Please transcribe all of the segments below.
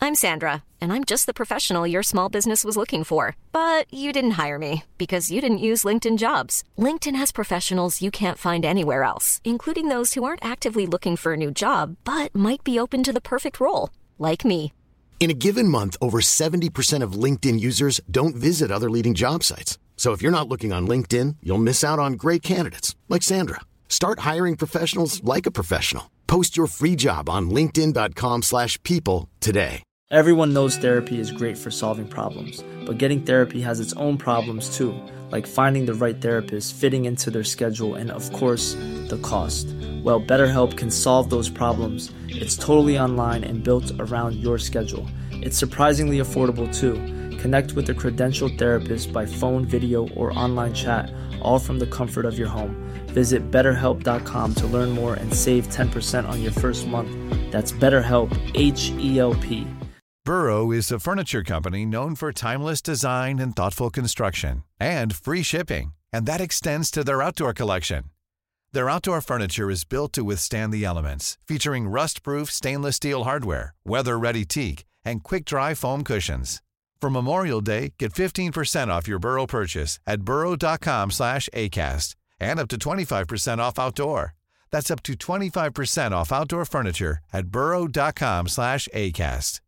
I'm Sandra, and I'm just the professional your small business was looking for. But you didn't hire me because you didn't use LinkedIn Jobs. LinkedIn has professionals you can't find anywhere else, including those who aren't actively looking for a new job, but might be open to the perfect role, like me. In a given month, over 70% of LinkedIn users don't visit other leading job sites. So if you're not looking on LinkedIn, you'll miss out on great candidates like Sandra. Start hiring professionals like a professional. Post your free job on linkedin.com/people today. Everyone knows therapy is great for solving problems, but getting therapy has its own problems too, like finding the right therapist, fitting into their schedule, and of course, the cost. Well, BetterHelp can solve those problems. It's totally online and built around your schedule. It's surprisingly affordable too. Connect with a credentialed therapist by phone, video, or online chat, all from the comfort of your home. Visit BetterHelp.com to learn more and save 10% on your first month. That's BetterHelp, H-E-L-P. Burrow is a furniture company known for timeless design and thoughtful construction, and free shipping, and that extends to their outdoor collection. Their outdoor furniture is built to withstand the elements, featuring rust-proof stainless steel hardware, weather-ready teak, and quick-dry foam cushions. For Memorial Day, get 15% off your Burrow purchase at burrow.com/acast, and up to 25% off outdoor. That's up to 25% off outdoor furniture at burrow.com/acast.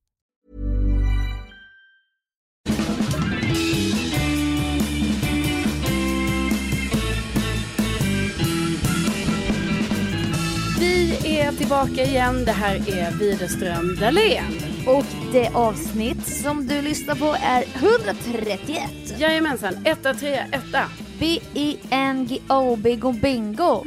Vi är tillbaka igen. Det här är Widerström Dahlén. Och det avsnitt som du lyssnar på är 131. Jajamensan, 131. B-I-N-G-O, bingo.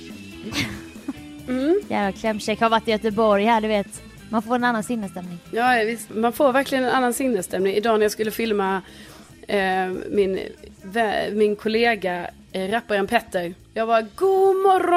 Jävla klämcheck, har varit i Göteborg här, du vet. Man får en annan sinnesstämning. Ja, visst. Man får verkligen en annan sinnesstämning. Idag när jag skulle filma min kollega, rapparen Petter. Jag var god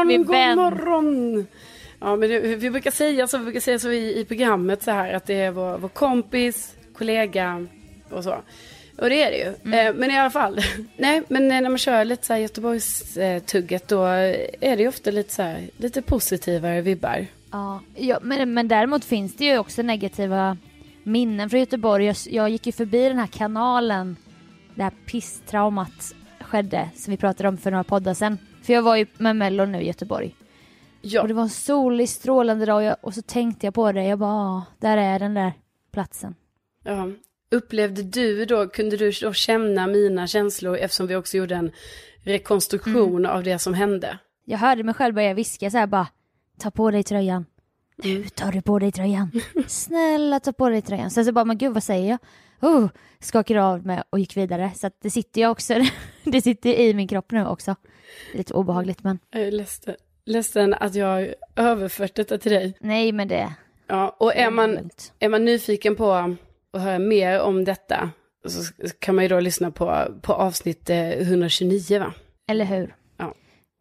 morgon. Ja, men vi brukar säga så i programmet så här, att det är vår kompis, kollega och så. Och det är det ju. Men i alla fall. Nej, men när man kör lite så här Göteborgs-tugget, då är det ju ofta lite så här, lite positivare vibbar. Ja, men däremot finns det ju också negativa minnen från Göteborg. Jag gick ju förbi den här kanalen där pisstraumat skedde, som vi pratade om för några poddar sedan. För jag var ju med Mello nu i Göteborg. Ja. Och det var en solig, strålande dag och så tänkte jag på det. Jag bara, där är den där platsen. Ja. Upplevde du då, kunde du då känna mina känslor eftersom vi också gjorde en rekonstruktion av det som hände? Jag hörde mig själv börja viska så här bara, ta på dig tröjan. Nu tar du på dig tröjan. Snälla, ta på dig tröjan. Sen så bara, men gud, vad säger jag? Skakade av mig och gick vidare. Så att det sitter jag också, det sitter i min kropp nu också. Lite obehagligt, men... Jag är ledsen att jag har överfört detta till dig. Nej, men det... Ja, och är man nyfiken på att höra mer om detta, så kan man ju då lyssna på avsnitt 129, va? Eller hur? Ja.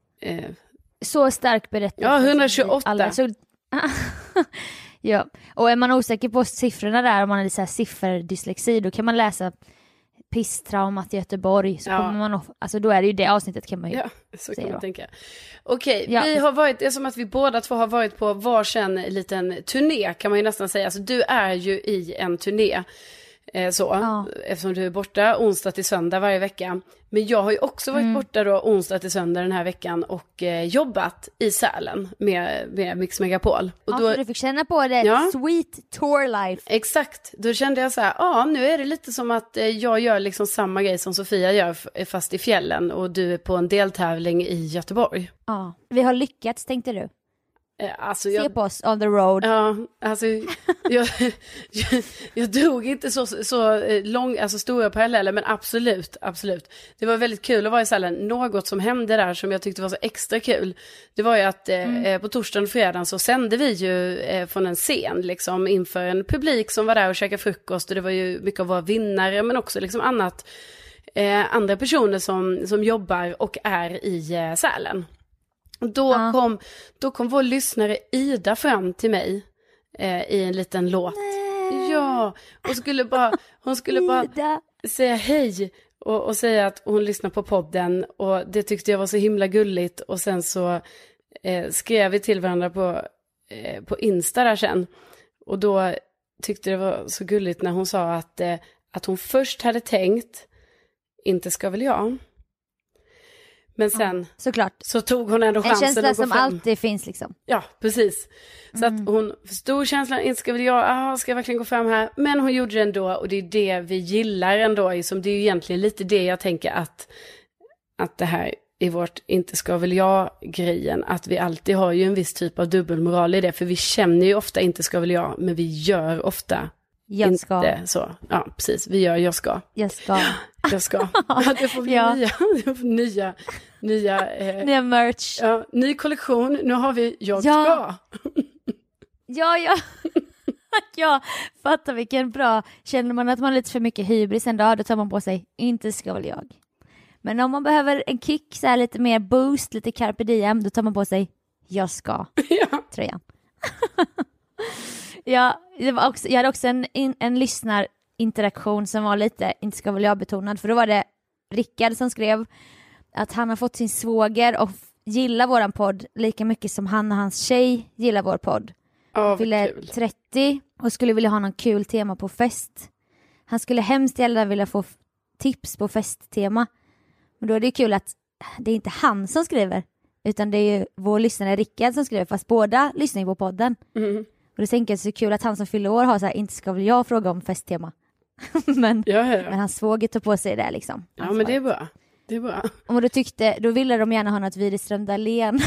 Så stark berättelse. Ja, 128. Alla, så... Ja, och är man osäker på siffrorna där, om man är så här sifferdyslexi, då kan man läsa pisstraumat i Göteborg, så kommer man alltså då är det ju det avsnittet, kan man ju så kan man tänka. Okej, vi har varit, det är som att vi båda två har varit på varsin liten turné, kan man ju nästan säga. Alltså du är ju i en turné eftersom du är borta onsdag till söndag varje vecka. Men jag har ju också varit borta då onsdag till söndag den här veckan och jobbat i Sälen med Mix Megapol. Och då, så du fick känna på det sweet tour life. Exakt, då kände jag så här, nu är det lite som att jag gör liksom samma grej som Sofia gör, fast i fjällen, och du är på en deltävling i Göteborg. Ja, vi har lyckats, tänkte du. Alltså se på oss on the road. Ja, alltså jag drog inte så lång, alltså stora paralleller, men absolut. Det var väldigt kul att vara i Sälen. Något som hände där som jag tyckte var så extra kul, det var ju att på torsdagen och fredagen så sände vi ju från en scen liksom inför en publik som var där och käkade frukost, och det var ju mycket av våra vinnare, men också liksom andra personer som jobbar och är i Sälen. Då kom vår lyssnare Ida fram till mig i en liten låt. Nej. Ja, och hon skulle bara säga hej och säga att hon lyssnar på podden, och det tyckte jag var så himla gulligt. Och sen så skrev vi till varandra på Insta där sen, och då tyckte det var så gulligt när hon sa att hon först hade tänkt, inte ska väl jag. Men sen såklart. Så tog hon ändå chansen att gå fram. En känsla som alltid finns liksom. Ja, precis. Så att hon förstod känslan, inte ska väl jag, ska jag verkligen gå fram här? Men hon gjorde det ändå, och det är det vi gillar ändå. Det är ju egentligen lite det jag tänker att det här i vårt inte ska väl jag-grejen, att vi alltid har ju en viss typ av dubbelmoral i det, för vi känner ju ofta inte ska väl jag, men vi gör ofta jag ska. Inte så. Ja, precis. Vi gör jag ska. Jag ska. Jag ska. Ja, det får bli nya merch. Ja, ny kollektion. Nu har vi jag ska. Ja. Ja, fattar vilken bra. Känner man att man har lite för mycket hybris en dag, då tar man på sig inte ska väl jag. Men om man behöver en kick, så här lite mer boost, lite carpe diem, då tar man på sig jag ska. Ja. Tröjan. Ja, det var också, jag hade också en lyssnarinteraktion som var lite, inte ska väl jag betonad, för då var det Rickard som skrev att han har fått sin svåger och gillar våran podd lika mycket som han och hans tjej gillar vår podd. Fyller 30 och skulle vilja ha någon kul tema på fest. Han skulle hemskt gärna vilja få tips på festtema. Men då är det kul att det är inte han som skriver, utan det är ju vår lyssnare Rickard som skriver, fast båda lyssnar på podden. Och det tänker jag så kul att han som fyller år har så här, inte ska väl jag fråga om festtema. men hans svåger tar på sig det liksom. Ja, men det är bra. Det är bra. Och då ville de gärna ha något Widerström Dahlén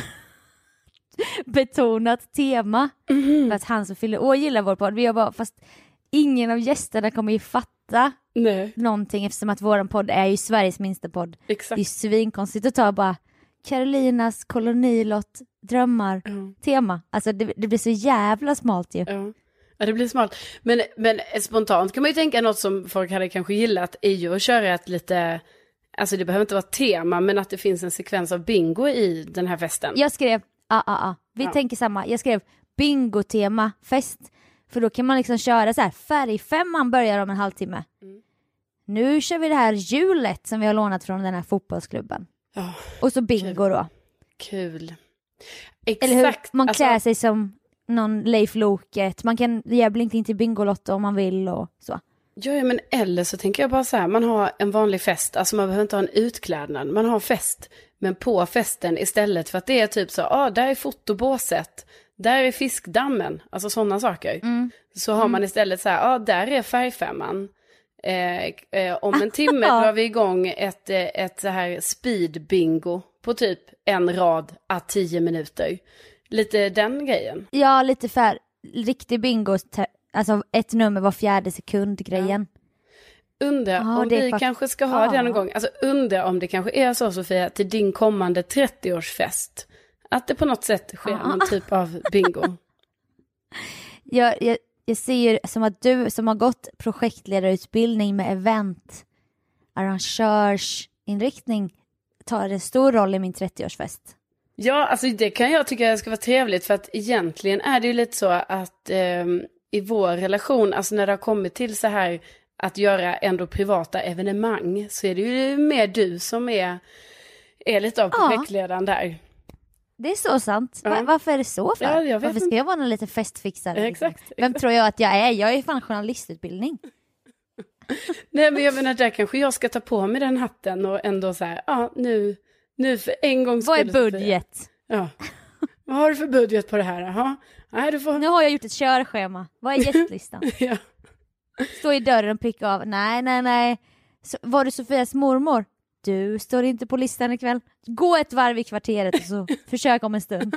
betonat tema. För att han som fyller år gillar vår podd. Vi har bara, fast ingen av gästerna kommer ju fatta någonting, eftersom att våran podd är ju Sveriges minsta podd. Exakt. Det är svinkonstigt att ta bara Carolinas kolonilott drömmar tema. Alltså det blir så jävla smalt ju. Ja, det blir smalt. Men spontant kan man ju tänka något som folk hade kanske gillat är ju att köra ett lite, alltså det behöver inte vara tema, men att det finns en sekvens av bingo i den här festen. Jag skrev, vi tänker samma. Jag skrev bingo-tema fest. För då kan man liksom köra så här, färgfemman börjar om en halvtimme. Nu kör vi det här hjulet som vi har lånat från den här fotbollsklubben. Och så bingo då. Kul. Exakt. Eller hur? Man klär sig som någon Leif Loket. Man kan göra blinkning till Bingolotto om man vill och så. Ja, men eller så tänker jag bara så här, man har en vanlig fest, alltså man behöver inte ha en utklädnad, man har fest, men på festen istället för att det är typ så, där är fotobåset, där är fiskdammen, alltså sådana saker, så har man istället så här, där är färgfemman, om en timme drar vi igång ett så här speed bingo på typ en rad à 10 minuter, lite den grejen. Ja, lite för riktig bingo. Alltså ett nummer var 4:e sekund grejen. Undrar om vi kanske ska ha det någon gång. Alltså undrar om det kanske är så, Sofia, till din kommande 30-årsfest. Att det på något sätt sker någon typ av bingo. Jag ser ju som att du som har gått projektledarutbildning med event, arrangörsinriktning, tar en stor roll i min 30-årsfest. Ja, alltså det kan jag tycka ska vara trevligt, för att egentligen är det ju lite så att i vår relation, alltså när det har kommit till så här att göra ändå privata evenemang, så är det ju mer du som är lite av projektledaren där. Det är så sant. Varför är det så för? Ja, varför ska jag vara någon liten festfixare? Exakt. Vem tror jag att jag är? Jag är fan journalistutbildning. Nej, men jag menar, där kanske jag ska ta på mig den hatten och ändå så här, nu för en gång. Vad är budget? Ja. Vad har du för budget på det här? Jaha. Nej, du får... Nu har jag gjort ett körschema. Vad är gästlistan? Ja. Stå i dörren och pricka av. Nej. Var du Sofias mormor? Du står inte på listan ikväll. Gå ett varv i kvarteret och så försök om en stund.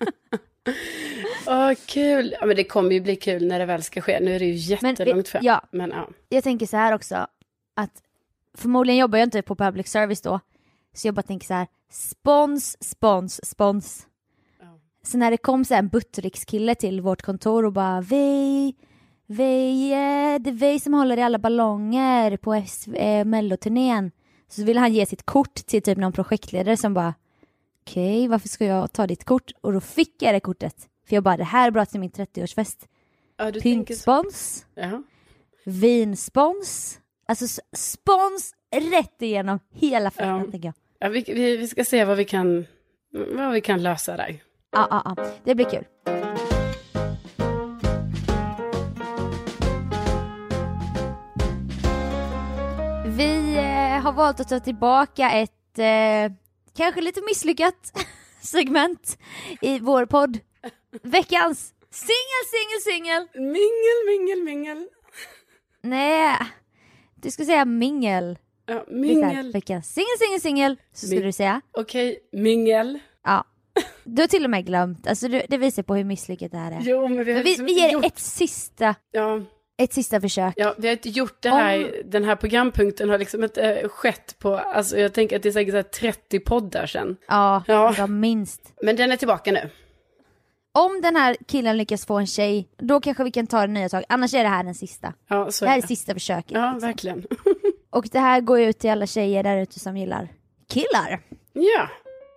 Kul. Ja, men det kommer ju bli kul när det väl ska ske. Nu är det ju jättelångt fram. Ja. Men, ja. Jag tänker så här också. Att förmodligen jobbar jag inte på public service då. Så jag bara tänker så här. Spons. Så när det kom så här en butterikskille till vårt kontor och bara det är vi som håller i alla ballonger på melloturnén. Så ville han ge sitt kort till typ någon projektledare som bara okej, varför ska jag ta ditt kort? Och då fick jag det kortet. För jag bara, det här är bra till min 30-årsfest. Ja, pyntspons. Ja. Vinspons. Alltså spons rätt igenom hela festen, tänker jag. Ja, vi ska se vad vi kan lösa där. Ja, det blir kul. har valt att ta tillbaka ett kanske lite misslyckat segment i vår podd. Veckans singel. Mingel. Nej, du ska säga mingel. Ja, mingel. Veckans singel. Så skulle du säga. Okej, mingel. Ja. Du har till och med glömt. Alltså det visar på hur misslyckat det här är. Jo, men vi ger gjort... ett sista försök. Ja, vi har inte gjort det här. Den här programpunkten har liksom inte skett på, alltså jag tänker att det är säkert så här 30 poddar sedan. Ja, minst. Men den är tillbaka nu. Om den här killen lyckas få en tjej, då kanske vi kan ta det nya tag. Annars är det här den sista. Ja, så det här är sista försöket. Ja, liksom. verkligen. Och det här går ut till alla tjejer där ute som gillar killar. Ja.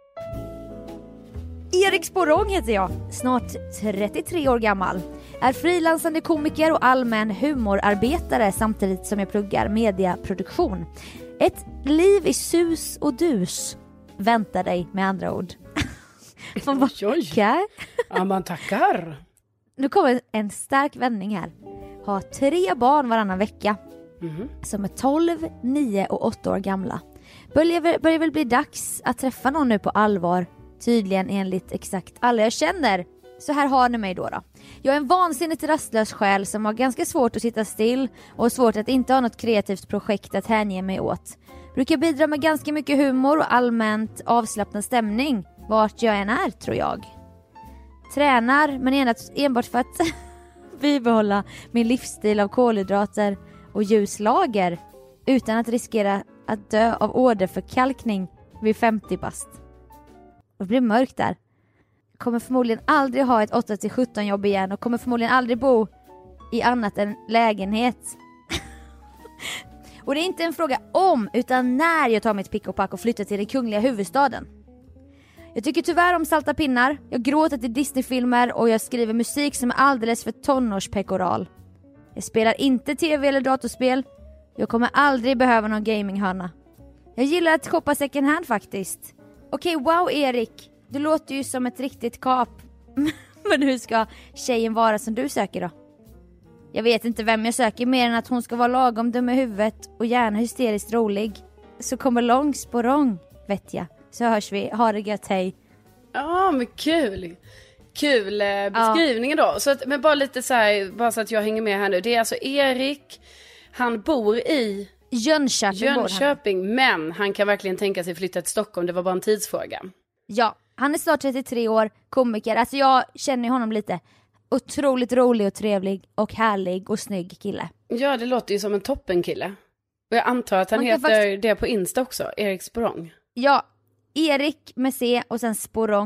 Erik Sporrong heter jag, snart 33 år gammal. Är frilansande komiker och allmän humorarbetare samtidigt som jag pluggar mediaproduktion. Ett liv i sus och dus väntar dig med andra ord. Oj. Ja, man tackar. Nu kommer en stark vändning här. Ha 3 barn varannan vecka. Som är 12, 9 och 8 år gamla. Börjar väl bli dags att träffa någon nu på allvar. Tydligen enligt exakt alla jag känner. Så här har ni mig då. Jag är en vansinnigt rastlös själ som har ganska svårt att sitta still och svårt att inte ha något kreativt projekt att hänge mig åt. Brukar bidra med ganska mycket humor och allmänt avslappnad stämning vart jag än är, tror jag. Tränar, men enbart för att bibehålla min livsstil av kolhydrater och ljuslager utan att riskera att dö av åderförkalkning vid 50 bast. Det blir mörkt där. Kommer förmodligen aldrig ha ett 8-17 jobb igen och kommer förmodligen aldrig bo i annat än lägenhet. Och det är inte en fråga om utan när jag tar mitt pick och pack och flyttar till den kungliga huvudstaden. Jag tycker tyvärr om salta pinnar. Jag gråter till Disney-filmer och jag skriver musik som är alldeles för tonårspekoral. Jag spelar inte tv eller datorspel. Jag kommer aldrig behöva någon gaminghörna. Jag gillar att shoppa second hand faktiskt. Okej, wow Erik. Du låter ju som ett riktigt kap. Men hur ska tjejen vara som du söker då? Jag vet inte vem jag söker mer än att hon ska vara lagom dum i huvudet och gärna hysteriskt rolig. Så kommer lång Sporrong, vet jag. Så hörs vi. Ha det gött, hej. Ja, men kul. Kul beskrivningen då. Så att, men bara lite så här, bara så att jag hänger med här nu. Det är alltså Erik, han bor i Jönköping, men han kan verkligen tänka sig flytta till Stockholm. Det var bara en tidsfråga. Ja, han är snart 33 år, komiker. Alltså jag känner honom lite. Otroligt rolig och trevlig och härlig och snygg kille. Ja, det låter ju som en toppenkille. Och jag antar att han heter det på Insta också, Erik Sporrong. Ja, Erik med C och sen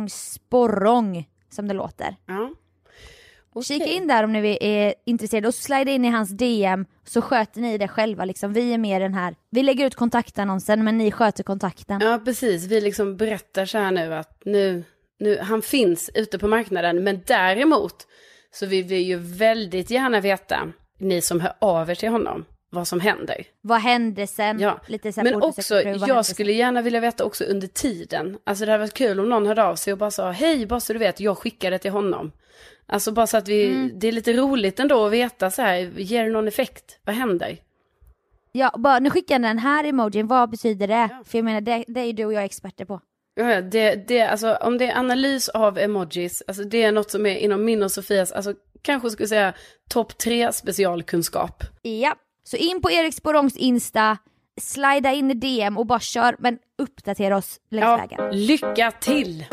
Sporrong som det låter. Ja. Okay. Kika in där om ni är intresserade och slida in i hans DM så sköter ni det själva. Liksom. Vi är med den här. Vi lägger ut kontaktannonsen men ni sköter kontakten. Ja, precis. Vi liksom berättar så här nu att nu han finns ute på marknaden. Men däremot så vill vi ju väldigt gärna veta, ni som hör av er till honom, vad som händer. Vad hände sen? Ja. Lite så här, men också, jag skulle gärna vilja veta också under tiden. Alltså det hade varit kul om någon hörde av sig och bara sa, hej, bara så du vet, jag skickade till honom. Alltså bara så att det är lite roligt ändå att veta så här, ger det någon effekt? Vad händer? Ja, bara nu skickar den här emojin, vad betyder det? Ja. För jag menar, det är ju du och jag experter på. Ja, det alltså om det är analys av emojis, alltså det är något som är inom min och Sofias, alltså kanske skulle säga topp 3 specialkunskap. Ja, så in på Erik Sporrongs Insta, slida in i DM och bara kör, men uppdatera oss längs vägen. Lycka till!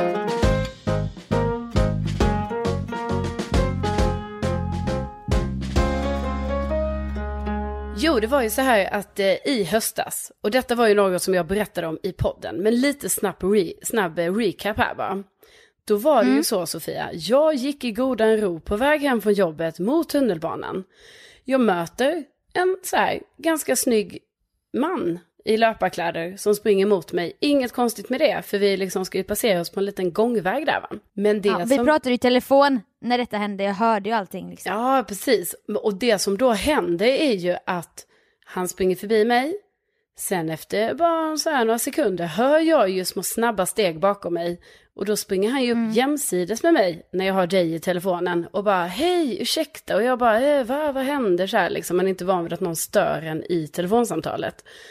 Jo, det var ju så här att i höstas, och detta var ju något som jag berättade om i podden, men lite snabb recap här bara. Då var det ju så, Sofia, jag gick i godan ro på väg hem från jobbet mot tunnelbanan. Jag möter en så här ganska snygg man i löparkläder som springer mot mig. Inget konstigt med det, för vi liksom ska ju passera oss på en liten gångväg där, va? Men det vi pratade i telefon när detta hände, jag hörde ju allting liksom. Ja, precis. Och det som då händer är ju att han springer förbi mig. Sen efter bara så här några sekunder hör jag ju små snabba steg bakom mig. Och då springer han ju upp jämsides med mig när jag har dig i telefonen. Och bara, hej, ursäkta. Och jag bara, vad händer så här liksom. Man är inte van vid att någon stör en i telefonsamtalet.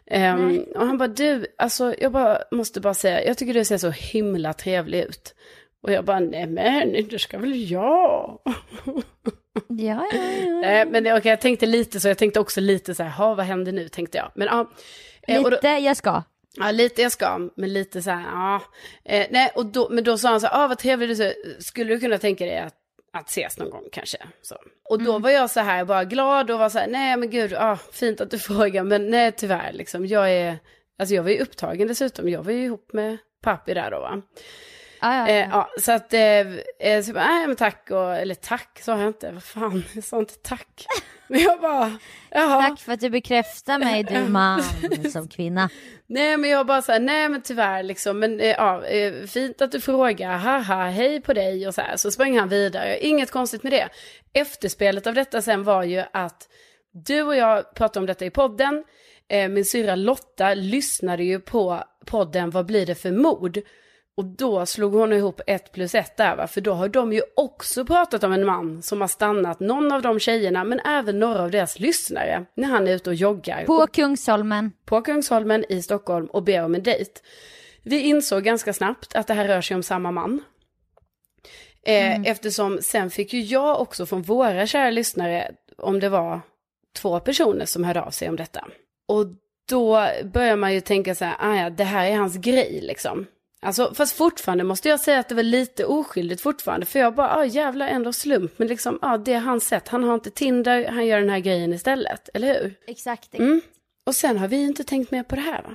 Och han bara, du, alltså jag måste bara säga, jag tycker du ser så himla trevlig ut. Och jag bara, nej men det ska väl jag. Ja. Men okej, jag tänkte lite så, jag tänkte också lite så här, vad händer nu, tänkte jag. Men ja. Lite jag ska. Ja, lite jag ska, men lite så här, ja. Nej, men då sa han så här, vad trevligt du så, skulle du kunna tänka dig att ses någon gång kanske? Så. Och då var jag så här bara glad och var så här, nej men gud, fint att du frågar, men nej tyvärr liksom, jag var ju upptagen dessutom, jag var ju ihop med pappi där då va. Så att, så bara, nej men tack, eller tack sa jag inte, vad fan, jag sa inte tack. Men jag bara, jaha. Tack för att du bekräftar mig, du man, som kvinna. Nej men jag bara så här, nej men tyvärr liksom, men fint att du frågar, haha, hej på dig och så här. Så sprang han vidare, inget konstigt med det. Efterspelet av detta sen var ju att du och jag pratade om detta i podden. Min syrra Lotta lyssnade ju på podden Vad blir det för mord? Och då slog hon ihop 1+1 där va? För då har de ju också pratat om en man som har stannat någon av de tjejerna, men även några av deras lyssnare när han är ute och joggar. På Kungsholmen. På Kungsholmen i Stockholm och ber om en dejt. Vi insåg ganska snabbt att det här rör sig om samma man. Eftersom sen fick ju jag också från våra kära lyssnare, om det var 2 personer som hörde av sig om detta. Och då börjar man ju tänka så här, det här är hans grej liksom. Alltså, fast fortfarande måste jag säga att det var lite oskyldigt fortfarande. För jag bara, jävla ändå slump. Men liksom, det är hans sätt. Han har inte Tinder, han gör den här grejen istället. Eller hur? Exakt. Och sen har vi inte tänkt mer på det här va?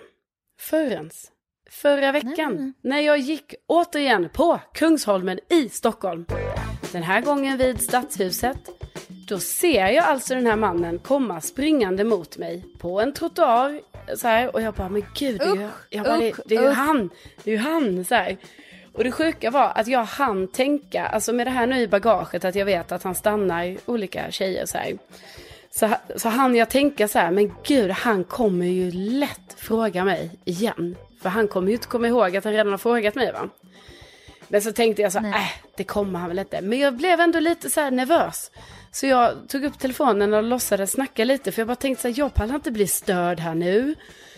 Förra veckan. När jag gick återigen på Kungsholmen i Stockholm. Den här gången vid Stadshuset. Då ser jag alltså den här mannen komma springande mot mig på en trottoar så här, och jag bara, men gud, det är ju han så här. Och det sjuka var att jag hann tänka, alltså med det här nu i bagaget, att jag vet att han stannar olika tjejer så här. Så hann jag tänka så här, men gud, han kommer ju lätt fråga mig igen. För han kommer ju inte komma ihåg att han redan har frågat mig va. Men så tänkte jag så här, det kommer han väl inte. Men jag blev ändå lite så här nervös. Så jag tog upp telefonen och låtsades snacka lite. För jag bara tänkte så här, jag pallar inte bli störd här nu.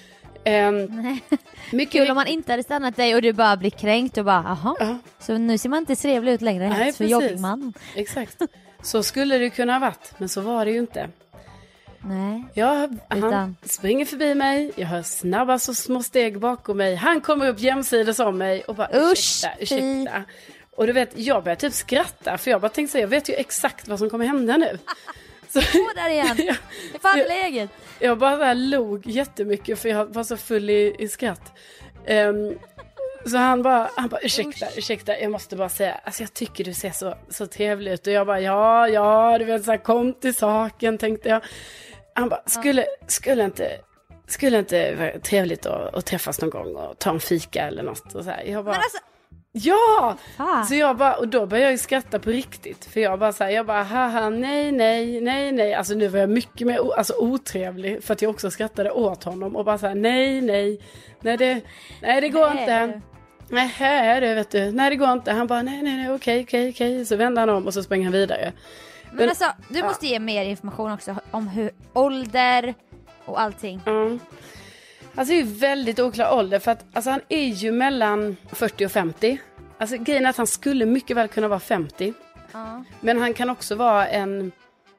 Mycket kul om man inte hade stannat dig och du bara blir kränkt och bara, aha. Så nu ser man inte trevlig ut längre. Nej, för jobbingman. Exakt. Så skulle det kunna ha varit, men så var det ju inte. Nej. Han springer förbi mig. Jag hör snabba så små steg bakom mig. Han kommer upp jämsides om mig och bara, ursäkta. Och du vet, jag började typ skratta. För jag bara tänkte så, jag vet ju exakt vad som kommer hända nu. Så, där igen. Det är fan läget. Jag bara log jättemycket för jag var så full i skratt. Så han bara ursäkta, jag måste bara säga, alltså jag tycker du ser så trevlig ut. Och jag bara, ja, du vet så här, kom till saken, tänkte jag. Han bara, skulle inte vara trevligt att träffas någon gång och ta en fika eller något och så här. Jag bara, men alltså, ja! Så jag bara, och då började jag ju skratta på riktigt. För jag bara haha, nej. Alltså nu var jag mycket mer otrevlig. För att jag också skrattade åt honom. Och bara så här, nej, det går inte. Nej, det vet du. Nej, det går inte. Han bara, nej, okej. Så vände han om och så sprang han vidare. Men alltså, du måste ge mer information också om hur ålder och allting. Alltså det är ju väldigt oklar ålder. För att alltså, han är ju mellan 40 och 50. Alltså grejen är att han skulle mycket väl kunna vara 50. Men han kan också vara men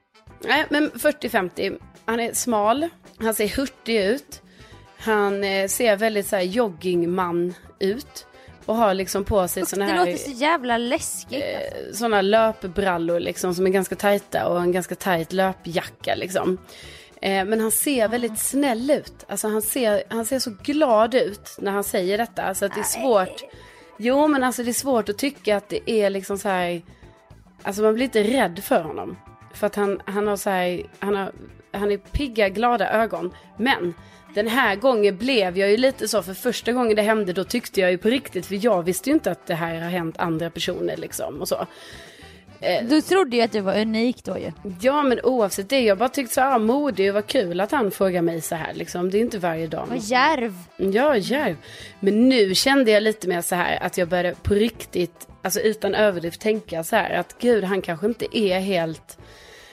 40-50. Han är smal. Han ser hurtig ut. Han ser väldigt så här joggingman ut. Och har liksom på sig såna här... Det låter så jävla läskigt. Såna löpbrallor liksom som är ganska tajta. Och en ganska tajt löpjacka liksom. Men han ser väldigt snäll ut. Alltså han ser så glad ut när han säger detta. Så att det är svårt. Jo, men alltså det är svårt att tycka att det är liksom så här... Alltså man blir inte rädd för honom. För att han har så här... Han är pigga, glada ögon. Men den här gången blev jag ju lite så. För första gången det hände, då tyckte jag ju på riktigt. För jag visste ju inte att det här har hänt andra personer liksom och så. Du trodde ju att du var unik då ju. Ja, men oavsett det, jag bara tyckte så här, modig och var kul att han frågar mig så här liksom. Det är inte varje dag. Vad djärv. Ja, djärv. Men nu kände jag lite mer så här att jag började på riktigt, alltså utan överdrift tänka så här att gud, han kanske inte är helt...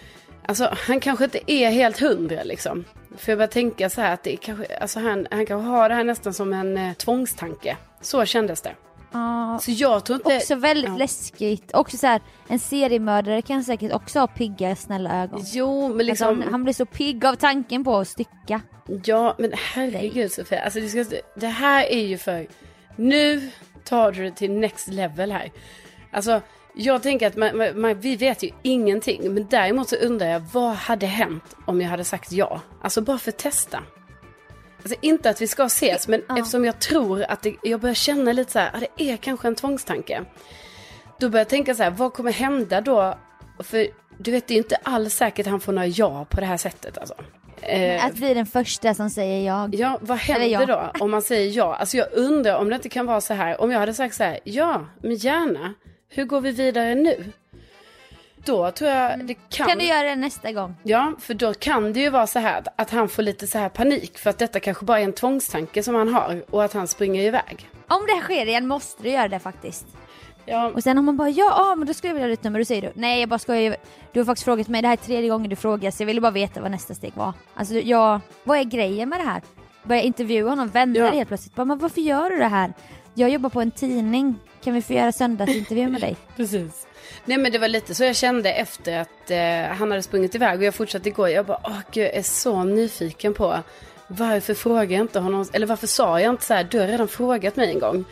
Alltså han kanske inte är helt 100 liksom. För jag bara tänka så här att det är kanske, alltså han kanske har det här nästan som en tvångstanke. Så kändes det. Så jag tror inte... Också väldigt läskigt. Också så här, en seriemördare kan säkert också ha pigga, snälla ögon. Jo, men liksom... Alltså, han blir så pigg av tanken på att stycka. Ja, men herregud Sofia. Alltså det här är ju för... Nu tar du det till next level här. Alltså, jag tänker att vi vet ju ingenting. Men däremot så undrar jag, vad hade hänt om jag hade sagt ja? Alltså bara för att testa. Alltså inte att vi ska ses, men eftersom jag tror att jag börjar känna lite så här, det är kanske en tvångstanke. Då börjar jag tänka så här, vad kommer hända då? För du vet, det är inte alls säkert att han får några ja på det här sättet alltså. Att bli den första som säger ja. Ja, vad händer då om man säger ja? Alltså jag undrar om det inte kan vara så här, om jag hade sagt så här, ja, men gärna. Hur går vi vidare nu? Då tror jag det kan du göra det nästa gång? Ja, för då kan det ju vara så här att han får lite så här panik för att detta kanske bara är en tvångstanke som han har och att han springer iväg. Om det sker igen måste du göra det faktiskt. Ja. Och sen om man bara, men då ska jag vilja ha ditt nummer, då säger du, nej jag bara skojar, du har faktiskt frågat mig, det här är 3:e gången du frågar, så jag ville bara veta vad nästa steg var. Alltså vad är grejen med det här? Börjar intervjua honom, vänner helt plötsligt, bara, men varför gör du det här? Jag jobbar på en tidning, kan vi få göra söndagsintervju med dig? Precis. Nej, men det var lite så jag kände efter att han hade sprungit iväg och jag fortsatte igår. Jag bara, gud, jag är så nyfiken på varför frågar jag inte honom, eller varför sa jag inte så här, du har redan frågat mig en gång.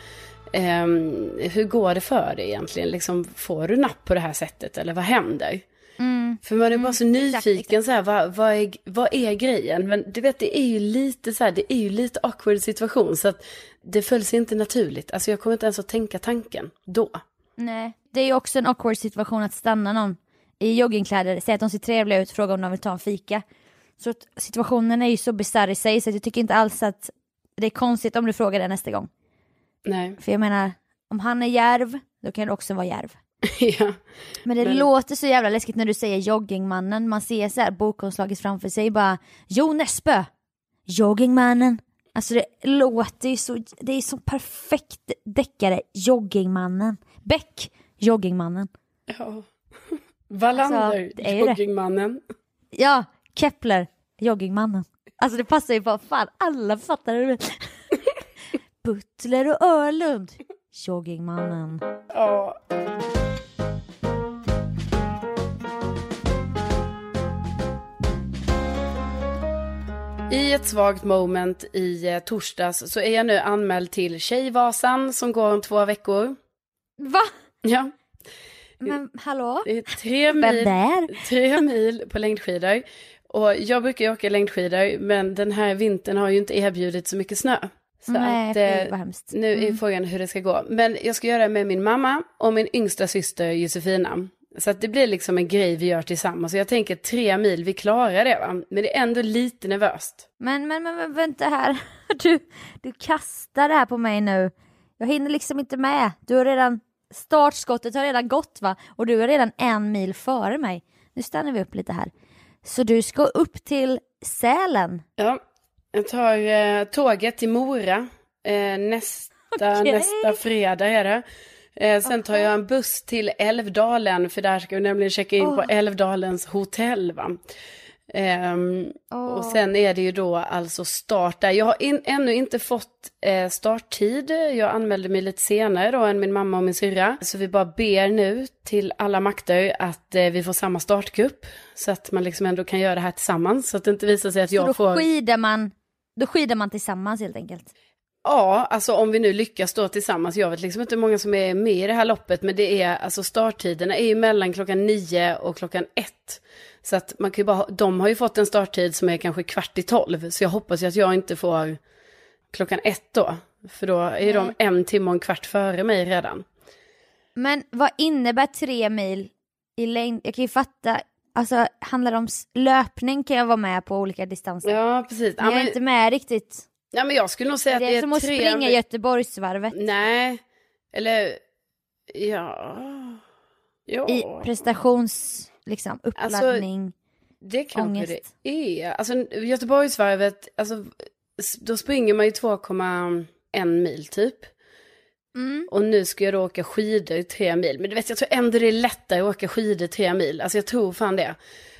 Hur går det för dig egentligen? Liksom, får du napp på det här sättet eller vad händer? För man är bara så nyfiken så här, vad är grejen? Men du vet, det är ju lite så här, det är ju lite awkward situation så att det följs inte naturligt. Alltså jag kommer inte ens att tänka tanken då. Nej, det är ju också en awkward situation att stanna någon i joggingkläder, säga att de ser trevliga ut, fråga om de vill ta en fika. Så att situationen är ju så bisarr i sig, så jag tycker inte alls att det är konstigt om du frågar det nästa gång. Nej. För jag menar, om han är järv, då kan det också vara järv. Ja. Men det låter så jävla läskigt när du säger joggingmannen. Man ser så här bokomslaget framför sig, bara Jo Nesbø, joggingmannen. Alltså det låter ju så, det är så perfekt deckare, joggingmannen. Beck, joggingmannen. Ja. Wallander, alltså, joggingmannen. Ja, Kepler, joggingmannen. Alltså det passar ju bara, fan, alla fattar det. Butler och Örlund, joggingmannen. Ja. I ett svagt moment i torsdags så är jag nu anmäld till Tjejvasan som går om 2 veckor. Va? Ja. Men hallå? Det är 3 mil på längdskidor. Och jag brukar åka längdskidor, men den här vintern har ju inte erbjudit så mycket snö. Så nej, vad hemskt. Nu är frågan hur det ska gå. Men jag ska göra det med min mamma och min yngsta syster Josefina. Så att det blir liksom en grej vi gör tillsammans. Så jag tänker 3 mil, vi klarar det va? Men det är ändå lite nervöst. Men vänta här. Du kastar det här på mig nu. Jag hinner liksom inte med. Du har redan, startskottet har redan gått va? Och du är redan 1 mil före mig. Nu stannar vi upp lite här. Så du ska upp till Sälen. Ja, jag tar tåget till Mora nästa fredag är det. Sen tar jag en buss till Älvdalen, för där ska vi nämligen checka in på Älvdalens hotell va. Och sen är det ju då alltså start där. Jag har ännu inte fått starttid. Jag anmälde mig lite senare då än min mamma och min syrra. Så vi bara ber nu till alla makter att vi får samma startgrupp. Så att man liksom ändå kan göra det här tillsammans. Så att det inte visar sig att jag får... Då skidar man tillsammans helt enkelt. Ja, alltså om vi nu lyckas då tillsammans. Jag vet liksom inte hur många som är med i det här loppet. Men det är, alltså starttiderna är ju mellan 9:00 och 1:00. Så att man kan ju bara, de har ju fått en starttid som är kanske 11:45. Så jag hoppas ju att jag inte får 1:00 då. För då är de 1 timme och 1/4 före mig redan. Men vad innebär 3 mil i längd? Jag kan ju fatta, alltså handlar det om löpning kan jag vara med på olika distanser. Ja, precis. Men jag är inte med riktigt. Ja, men jag skulle nog säga att det är som att springa Göteborgsvarvet. Nej, eller ja. I prestations, liksom, uppladdning, alltså, det kanske ångest. Det är. Alltså Göteborgsvarvet, alltså, då springer man ju 2,1 mil typ. Och nu ska jag då åka skidor 3 mil. Men du vet, jag tror ändå det är lättare att åka skidor 3 mil. Alltså jag tror fan det.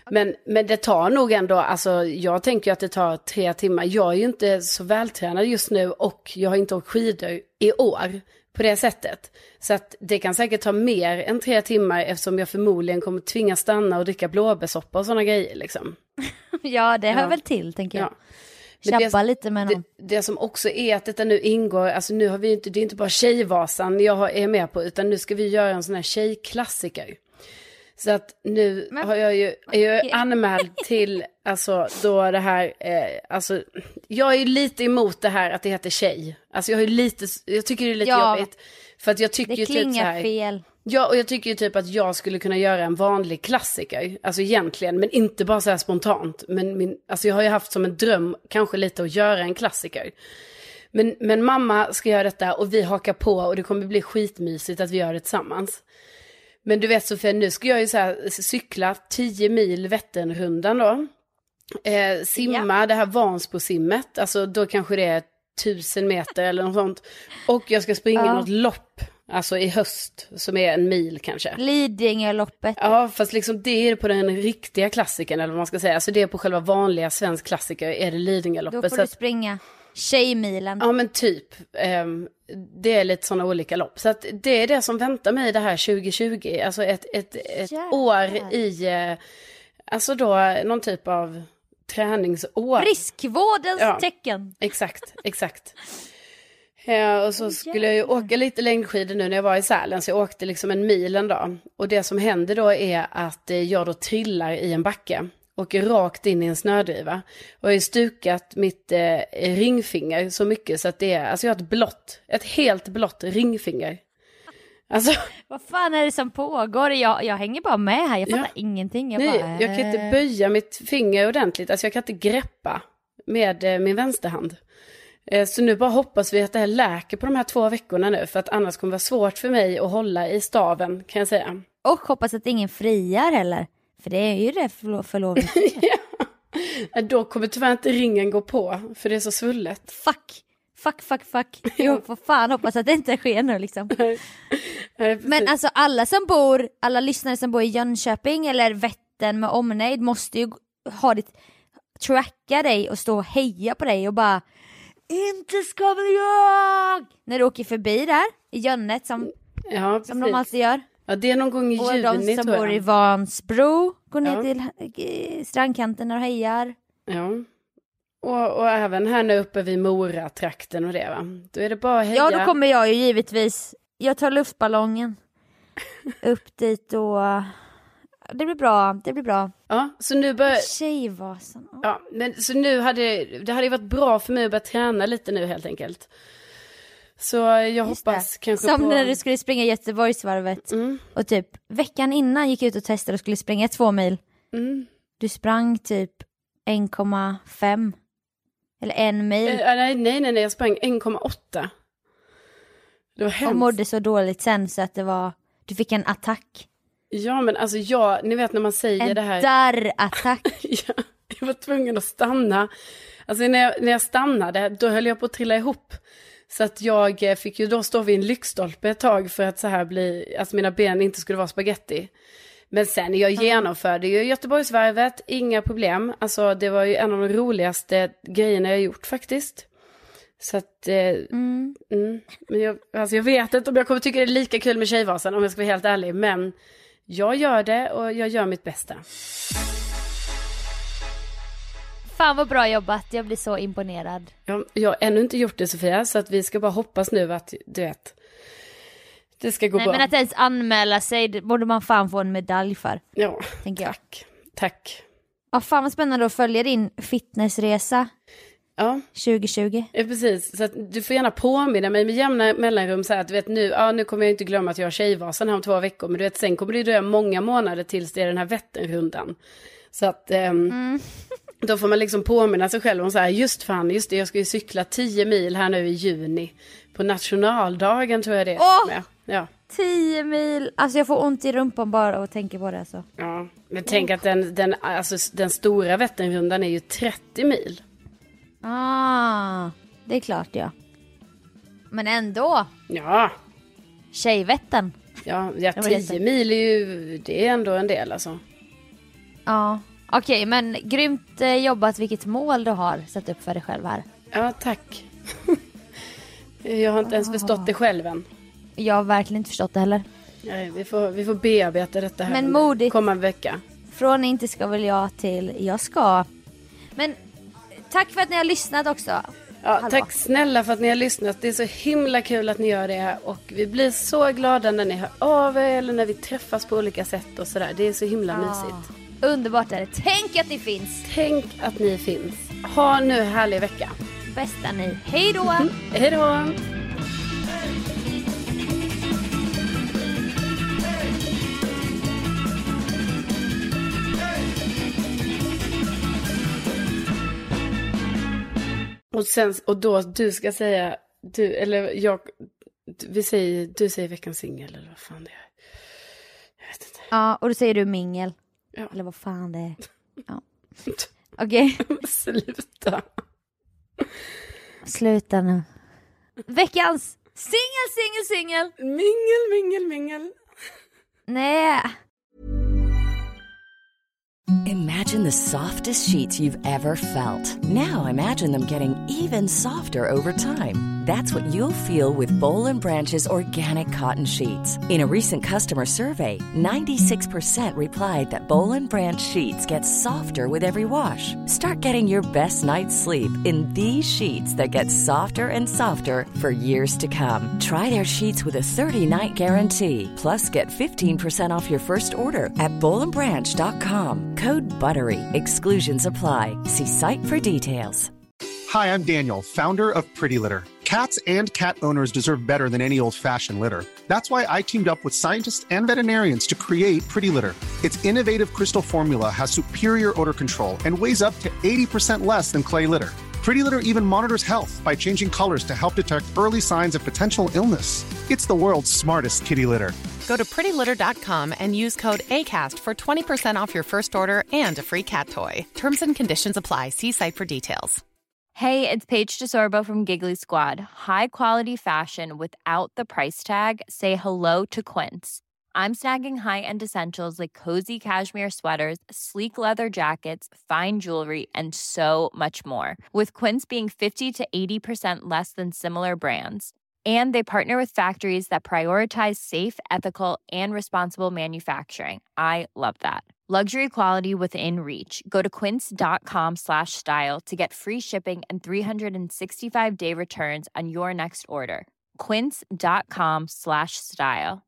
Men det tar nog ändå, alltså jag tänker att det tar 3 timmar. Jag är ju inte så vältränad just nu och jag har inte åkt skidor i år på det sättet. Så att det kan säkert ta mer än 3 timmar eftersom jag förmodligen kommer tvinga stanna och dricka blåbärssoppa och sådana grejer liksom. Ja, det hör väl till, tänker jag. Ja. Tjabba lite med någon. Det som också är att detta nu ingår, alltså nu har vi inte, det är inte bara Tjejvasan jag är med på, utan nu ska vi göra en sån här tjejklassiker. Så att nu har jag ju anmäld till, alltså då det här, alltså jag är ju lite emot det här att det heter tjej. Alltså jag tycker det är lite jobbigt. För att jag tycker ju typ så här, fel. Ja, och jag tycker ju typ att jag skulle kunna göra en vanlig klassiker. Alltså egentligen, men inte bara så här spontant. Men alltså jag har ju haft som en dröm kanske lite att göra en klassiker. Men mamma ska göra detta och vi hakar på och det kommer bli skitmysigt att vi gör det tillsammans. Men du vet Sofia, nu ska jag ju så här cykla 10 mil Vätternrundan då. Simma det här Vansbrosimmet, alltså då kanske det är 1000 meter eller något sånt. Och jag ska springa något lopp, alltså i höst, som är 1 mil kanske. Lidingöloppet. Ja, fast liksom det är på den riktiga klassikern eller vad man ska säga. Alltså det är på själva vanliga svensk klassiker är det Lidingöloppet. Då får du springa Tjejmilen. Ja men typ, det är lite sådana olika lopp. Så att det är det som väntar mig det här 2020. Alltså ett år i, alltså då någon typ av träningsår. Friskvårdens tecken. Exakt. Och så skulle jag ju åka lite längdskidor nu när jag var i Sälen. Så jag åkte liksom 1 mil en dag. Och det som händer då är att jag då trillar i en backe. Och rakt in i en snödriva. Och jag har ju stukat mitt ringfinger så mycket så att det är, alltså jag har ett helt blått ringfinger. Alltså. Vad fan är det som pågår? Jag hänger bara med här, jag fattar ingenting. Jag kan inte böja mitt finger ordentligt, alltså jag kan inte greppa med min vänsterhand. Så nu bara hoppas vi att det här läker på de här 2 veckorna nu, för att annars kommer det vara svårt för mig att hålla i staven, kan jag säga. Och hoppas att ingen friar heller. För det är ju det förlovet. Ja. Då kommer tyvärr inte ringen gå på. För det är så svullet. Fuck. Jag får fan hoppas att det inte sker nu liksom. Men alltså alla lyssnare som bor i Jönköping eller Vättern med omnejd måste ju tracka dig och stå och heja på dig och bara inte ska väl jag! När du åker förbi där i Jönnet som de alltid gör. Ja, det är någon gång i juni, tror jag. Och de som bor i Vansbro går ner till strandkanten och hejar. Ja. Och även här nu uppe vid Mora-trakten och det, va? Då är det bara att heja. Ja, då kommer jag ju givetvis. Jag tar luftballongen upp dit och det blir bra. Ja, så nu börjar... Tjejvasan. Ja, men så nu hade varit bra för mig att börja träna lite nu helt enkelt. Så jag hoppas kanske som på... när du skulle springa Göteborgsvarvet. Och typ veckan innan gick jag ut och testade och skulle springa 2 mil. Du sprang typ 1,5 eller 1 mil. Nej, jag sprang 1,8. Det var hemskt. Och mådde så dåligt sen så att du fick en attack. Ja, men alltså ni vet när man säger det här. En darrattack. Ja, jag var tvungen att stanna. Alltså när jag stannade, då höll jag på att trilla ihop. Så att jag fick ju då stå vid en lyktstolpe ett tag för att så här alltså mina ben inte skulle vara spaghetti. Men sen jag genomförde ju Göteborgsvarvet, inga problem. Alltså det var ju en av de roligaste grejerna jag gjort faktiskt. Så att, men jag vet inte om jag kommer tycka det är lika kul med Tjejvasan om jag ska vara helt ärlig. Men jag gör det och jag gör mitt bästa. Fan vad bra jobbat, jag blir så imponerad. Jag har ännu inte gjort det, Sofia, så att vi ska bara hoppas nu att du vet, det ska gå bra. Men att ens anmäla sig, det borde man fan få en medalj för. Ja, tack. Ja, fan vad spännande att följa din fitnessresa. Ja. 2020. Ja, precis. Så att du får gärna påminna mig med jämna mellanrum så här att du vet nu kommer jag inte glömma att jag har Tjejvasan här om 2 veckor, men du vet sen kommer det dröja många månader tills det är den här Vätternrundan. Så att då får man liksom påminna sig själv om så här, just det, jag ska ju cykla 10 mil här nu i juni på nationaldagen, tror jag det är. Ja. 10 mil, alltså jag får ont i rumpan bara och tänker på det så. Ja, men tänk att den stora Vätternrundan är ju 30 mil. Det är klart ja. Men ändå. Ja. Tjejvätten. Ja, 10 mil är ju, det är ändå en del alltså. Ja, Okej, men grymt jobbat vilket mål du har satt upp för dig själv här. Ja, tack. Jag har inte ens förstått det själv än. Jag har verkligen inte förstått det heller. Nej, vi får bearbeta detta här. Men modigt. Kommande vecka. Från inte ska väl jag till jag ska. Men tack för att ni har lyssnat också. Ja, tack snälla för att ni har lyssnat. Det är så himla kul att ni gör det. Och vi blir så glada när ni hör av er eller när vi träffas på olika sätt och sådär. Det är så himla mysigt. Underbart är det. Tänk att ni finns. Tänk att ni finns. Ha nu en härlig vecka. Bästa ni. Hej då. Hej då. Och då du ska säga du eller jag du säger veckans singel eller vad fan det är. Jag vet inte. Ja, och då säger du mingel. Ja. Eller vad fan det är. Ja. Okej. Sluta. Sluta nu. Veckans singel. Mingel. Nej. Imagine the softest sheets you've ever felt. Now imagine them getting even softer over time. That's what you'll feel with Boll & Branch's organic cotton sheets. In a recent customer survey, 96% replied that Boll & Branch sheets get softer with every wash. Start getting your best night's sleep in these sheets that get softer and softer for years to come. Try their sheets with a 30-night guarantee. Plus, get 15% off your first order at bollandbranch.com. Code BUTTERY. Exclusions apply. See site for details. Hi, I'm Daniel, founder of Pretty Litter. Cats and cat owners deserve better than any old-fashioned litter. That's why I teamed up with scientists and veterinarians to create Pretty Litter. Its innovative crystal formula has superior odor control and weighs up to 80% less than clay litter. Pretty Litter even monitors health by changing colors to help detect early signs of potential illness. It's the world's smartest kitty litter. Go to prettylitter.com and use code ACAST for 20% off your first order and a free cat toy. Terms and conditions apply. See site for details. Hey, it's Paige DeSorbo from Giggly Squad. High quality fashion without the price tag. Say hello to Quince. I'm snagging high-end essentials like cozy cashmere sweaters, sleek leather jackets, fine jewelry, and so much more. With Quince being 50 to 80% less than similar brands. And they partner with factories that prioritize safe, ethical, and responsible manufacturing. I love that. Luxury quality within reach. Go to quince.com/style to get free shipping and 365-day returns on your next order. Quince.com/style.